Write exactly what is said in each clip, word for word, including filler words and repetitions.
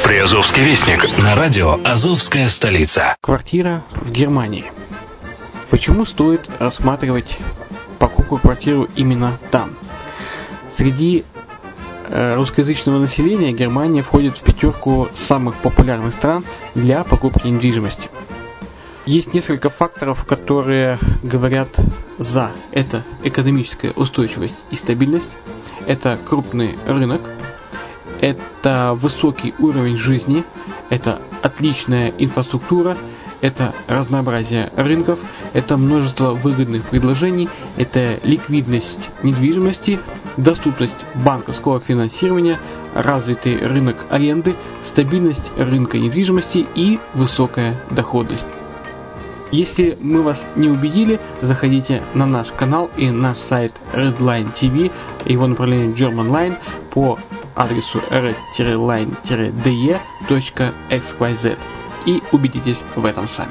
Приазовский вестник на радио «Азовская столица». Квартира в Германии. Почему стоит рассматривать покупку квартиры именно там? Среди э, русскоязычного населения Германия входит в пятерку самых популярных стран для покупки недвижимости. Есть несколько факторов, которые говорят за. Это экономическая устойчивость и стабильность, это крупный рынок, это высокий уровень жизни, это отличная инфраструктура, это разнообразие рынков, это множество выгодных предложений, это ликвидность недвижимости, доступность банковского финансирования, развитый рынок аренды, стабильность рынка недвижимости и высокая доходность. Если мы вас не убедили, заходите на наш канал и наш сайт Redline ти ви, его направление Germanline по адресу red line d e точка x y z и убедитесь в этом сами.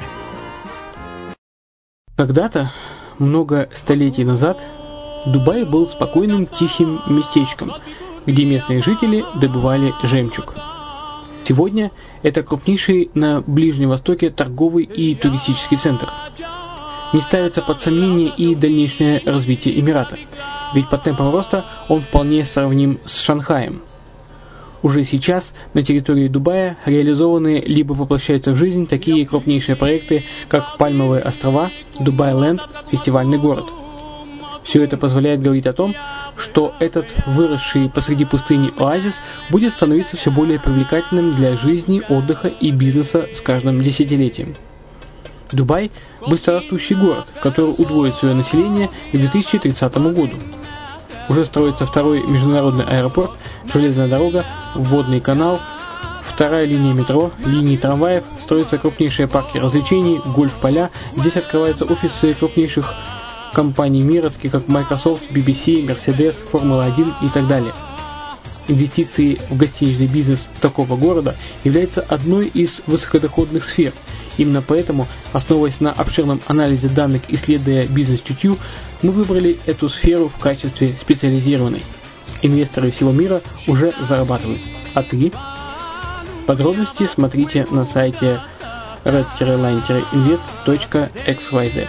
Когда-то, много столетий назад, Дубай был спокойным тихим местечком, где местные жители добывали жемчуг. Сегодня это крупнейший на Ближнем Востоке торговый и туристический центр. Не ставится под сомнение и дальнейшее развитие Эмирата, ведь по темпам роста он вполне сравним с Шанхаем. Уже сейчас на территории Дубая реализованы либо воплощаются в жизнь такие крупнейшие проекты, как Пальмовые острова, Дубай-Ленд, фестивальный город. Все это позволяет говорить о том, что этот выросший посреди пустыни оазис будет становиться все более привлекательным для жизни, отдыха и бизнеса с каждым десятилетием. Дубай – быстрорастущий город, который удвоит свое население к две тысячи тридцатому году. Уже строится второй международный аэропорт, железная дорога, водный канал, вторая линия метро, линии трамваев, строятся крупнейшие парки развлечений, гольф-поля, здесь открываются офисы крупнейших компаний мира, такие как Microsoft, би би си, Mercedes, Формула один и так далее. Инвестиции в гостиничный бизнес такого города являются одной из высокодоходных сфер. Именно поэтому, основываясь на обширном анализе данных, исследуя бизнес-чутью, мы выбрали эту сферу в качестве специализированной. Инвесторы всего мира уже зарабатывают. А ты? Подробности смотрите на сайте red line invest точка x y z.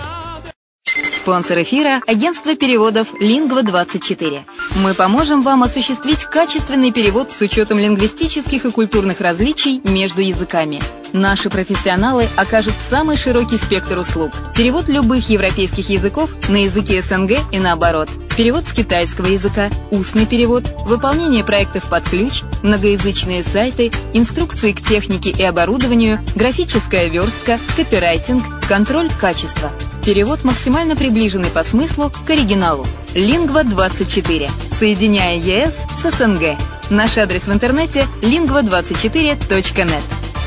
Спонсор эфира – агентство переводов лингва двадцать четыре. Мы поможем вам осуществить качественный перевод с учетом лингвистических и культурных различий между языками. Наши профессионалы окажут самый широкий спектр услуг. Перевод любых европейских языков на языки эс эн гэ и наоборот. Перевод с китайского языка, устный перевод, выполнение проектов под ключ, многоязычные сайты, инструкции к технике и оборудованию, графическая верстка, копирайтинг, контроль качества. Перевод максимально приближенный по смыслу к оригиналу. лингва двадцать четыре. Соединяя е эс с эс эн гэ. Наш адрес в интернете лингва двадцать четыре точка нет.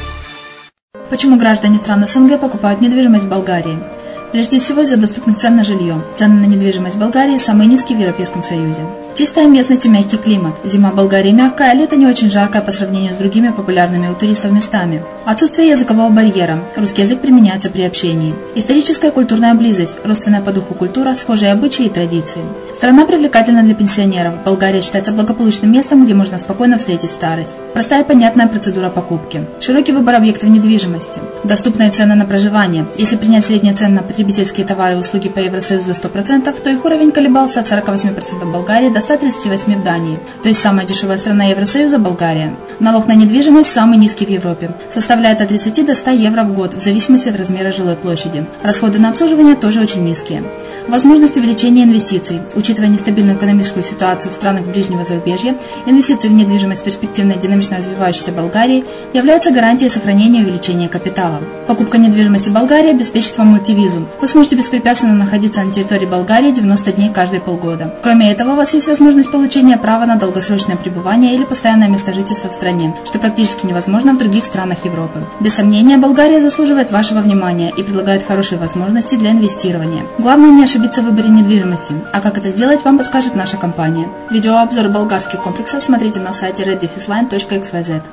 Почему граждане стран эс эн гэ покупают недвижимость в Болгарии? Прежде всего из-за доступных цен на жилье. Цены на недвижимость в Болгарии самые низкие в Европейском Союзе. Чистая местность и мягкий климат. Зима в Болгарии мягкая, а лето не очень жаркое по сравнению с другими популярными у туристов местами. Отсутствие языкового барьера. Русский язык применяется при общении. Историческая и культурная близость. Родственная по духу культура, схожие обычаи и традиции. Страна привлекательна для пенсионеров. Болгария считается благополучным местом, где можно спокойно встретить старость. Простая и понятная процедура покупки. Широкий выбор объектов недвижимости. Доступные цены на проживание. Если принять средние цены на потребительские товары и услуги по Евросоюзу за сто процентов, то их уровень колебался от сорок восемь процентов в Болгарии до ста тридцати восьми процентов в Дании. То есть самая дешевая страна Евросоюза – Болгария. Налог на недвижимость самый низкий в Европе. Составляет от тридцати до ста евро в год, в зависимости от размера жилой площади. Расходы на обслуживание тоже очень низкие. Возможность увеличения инвестиций. Учитывая нестабильную экономическую ситуацию в странах ближнего зарубежья, инвестиции в недвижимость перспективной и динамично развивающейся Болгарии являются гарантией сохранения и увеличения капитала. Покупка недвижимости в Болгарии обеспечит вам мультивизу. Вы сможете беспрепятственно находиться на территории Болгарии девяносто дней каждые полгода. Кроме этого, у вас есть возможность получения права на долгосрочное пребывание или постоянное место жительства в стране, что практически невозможно в других странах Европы. Без сомнения, Болгария заслуживает вашего внимания и предлагает хорошие возможности для инвестирования. Главное не ошибиться в выборе недвижимости, а как это сделать, вам подскажет наша компания. Видеообзор болгарских комплексов смотрите на сайте red line точка x y z.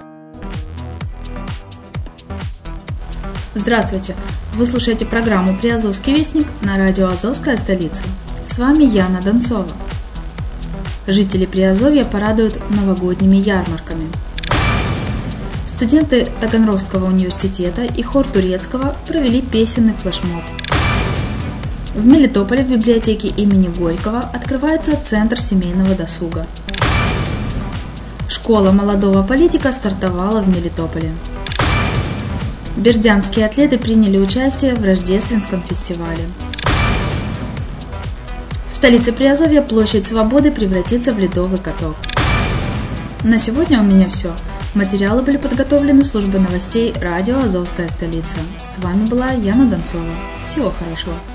Здравствуйте! Вы слушаете программу «Приазовский вестник» на радио «Азовская столица». С вами Яна Донцова. Жители Приазовья порадуют новогодними ярмарками. Студенты Таганрогского университета и хор турецкого провели песенный флешмоб. В Мелитополе в библиотеке имени Горького открывается Центр семейного досуга. Школа молодого политика стартовала в Мелитополе. Бердянские атлеты приняли участие в рождественском фестивале. В столице Приазовья площадь Свободы превратится в ледовый каток. На сегодня у меня все. Материалы были подготовлены службой новостей радио «Азовская столица». С вами была Яна Донцова. Всего хорошего.